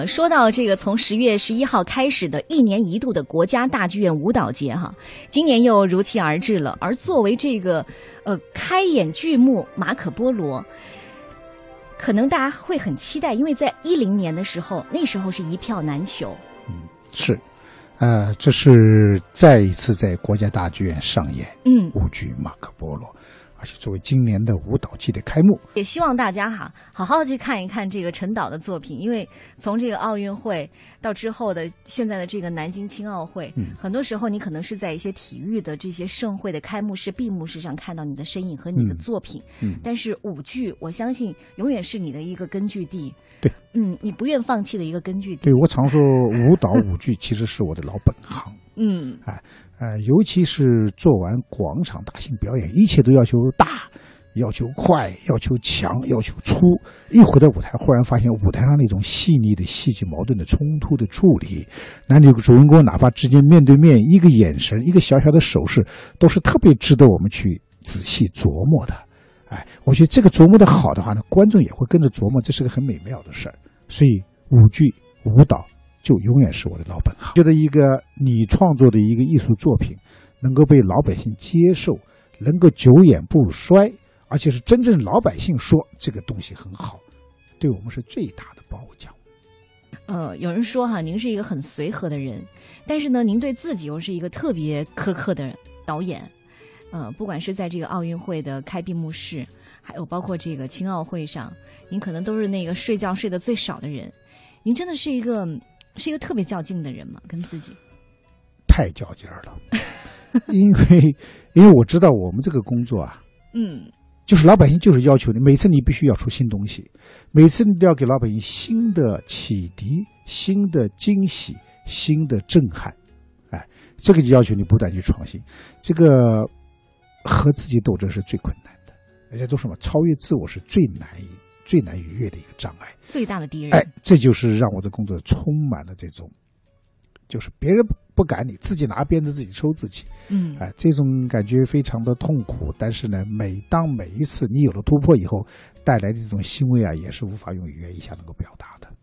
说到这个从10月11号开始的1年1度的国家大剧院舞蹈节哈，今年又如期而至了。而作为这个开演剧目《马可波罗》，可能大家会很期待，因为在10年的时候，那时候是一票难求。 是，这是再一次在国家大剧院上演舞剧《马可波罗》。而且作为今年的舞蹈季的开幕， 也希望大家好好去看一看这个陈导的作品，因为从这个奥运会到之后的现在的这个南京青奥会，很多时候你可能是在一些体育的这些盛会的开幕式、闭幕式上看到你的身影和你的作品，但是舞剧我相信永远是你的一个根据地。 对， 你不愿放弃的一个根据地。 对，我常说舞蹈舞剧其实是我的老本行。尤其是做完广场大型表演，一切都要求大，要求快，要求强，要求粗。一回到舞台，忽然发现舞台上那种细腻的戏剧矛盾的冲突的处理，男女主人公哪怕之间面对面，一个眼神，一个小小的手势，都是特别值得我们去仔细琢磨的。我觉得这个琢磨的好的话呢，观众也会跟着琢磨，这是个很美妙的事儿。所以舞剧、舞蹈就永远是我的老本行。觉得一个你创作的一个艺术作品能够被老百姓接受，能够久演不衰，而且是真正老百姓说这个东西很好，对我们是最大的褒奖。 有人说您是一个很随和的人，但是呢，您对自己又是一个特别苛刻的导演。不管是在这个奥运会的开闭幕式，还有包括这个青奥会上，您可能都是那个睡觉睡得最少的人。您真的是一个特别较劲的人吗？跟自己太较劲了。因为我知道我们这个工作就是老百姓就是要求你，每次你必须要出新东西，每次你都要给老百姓新的启迪、新的惊喜、新的震撼。这个就要求你不断去创新，这个和自己斗争是最困难的，而且都是超越自我是最难逾越的一个障碍， 最大的敌人。 这就是让我的工作充满了这种，就是别人不赶你，自己拿鞭子自己抽自己。这种感觉非常的痛苦，但是呢，每一次你有了突破以后带来的这种欣慰也是无法用语言一下能够表达的。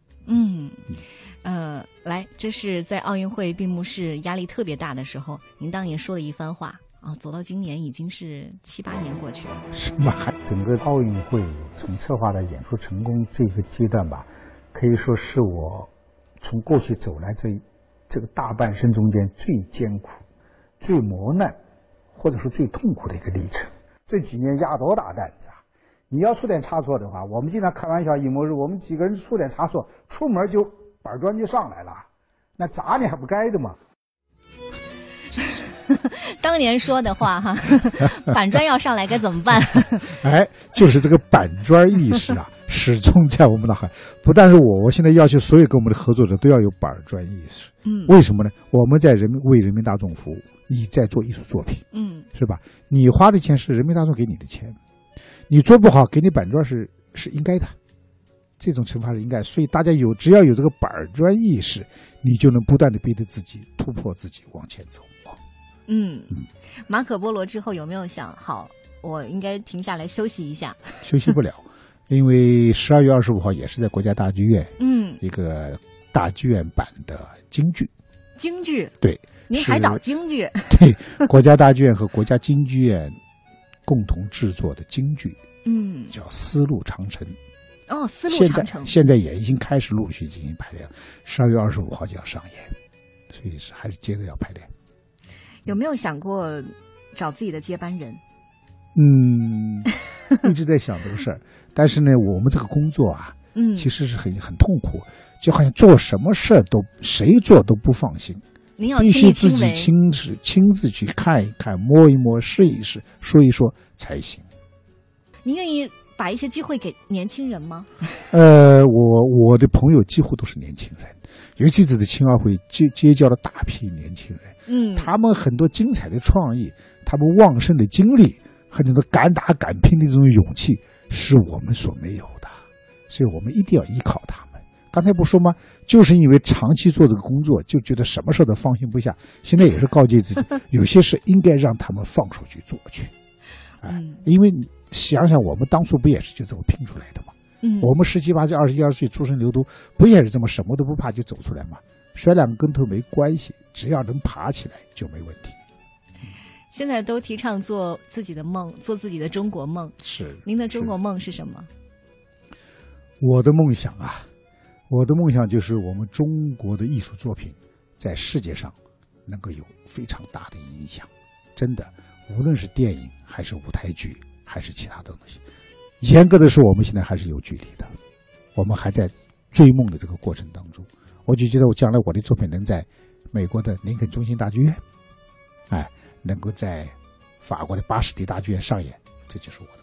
这是在奥运会闭幕式压力特别大的时候，您当年说的一番话走到今年已经是7、8年过去了。 是吗？ 整个奥运会从策划到演出成功这个阶段吧，可以说是我从过去走来这个大半生中间最艰苦、最磨难，或者说最痛苦的一个历程。这几年压多大担子啊！你要出点差错的话，我们经常开玩笑，一模是我们几个人出点差错，出门就板砖就上来了，那砸你还不该的吗？ 当年说的话板砖要上来该怎么办？ 就是这个板砖意识始终在我们的海。不但是我现在要求所有跟我们的合作者都要有板砖意识。为什么呢？我们在为人民大众服务，你在做艺术作品，是吧？你花的钱是人民大众给你的钱，你做不好给你板砖是应该的，这种惩罚是应该。所以大家只要有这个板砖意识，你就能不断的逼着自己突破自己往前走。 马可波罗之后有没有想好我应该停下来休息一下？ 休息不了，因为12月25号也是在国家大剧院一个大剧院版的京剧。对， 您还导京剧？ 对，国家大剧院和国家京剧院共同制作的京剧叫《丝路长城》。 丝路长城现在也已经开始陆续进行排练，12月25号就要上演，所以还是接着要排练。 有没有想过找自己的接班人？ 一直在想这个事儿，但是呢，我们这个工作其实是很痛苦，就好像做什么事儿谁做都不放心。 您要必须自己亲自去看一看、摸一摸、试一试、说一说才行。 您愿意把一些机会给年轻人吗？ 我的朋友几乎都是年轻人，尤其这次青奥会结交了大批年轻人。他们很多精彩的创意，他们旺盛的精力和那种敢打敢拼的这种勇气，是我们所没有的，所以我们一定要依靠他们。刚才不说吗？就是因为长期做这个工作，就觉得什么事都放心不下。现在也是告诫自己，有些事应该让他们放手去做去。因为想想我们当初不也是就这么拼出来的吗？ 我们17、18岁、21、22岁出生牛犊，不也是这么什么都不怕就走出来吗？摔2个跟头没关系，只要能爬起来就没问题。 现在都提倡做自己的梦，做自己的中国梦。 是， 您的中国梦是什么？ 我的梦想啊，我的梦想就是我们中国的艺术作品在世界上能够有非常大的影响。真的，无论是电影还是舞台剧还是其他的东西，严格的说我们现在还是有距离的，我们还在追梦的这个过程当中。我就觉得我将来我的作品能在美国的林肯中心大剧院，能够在法国的巴士底大剧院上演，这就是我的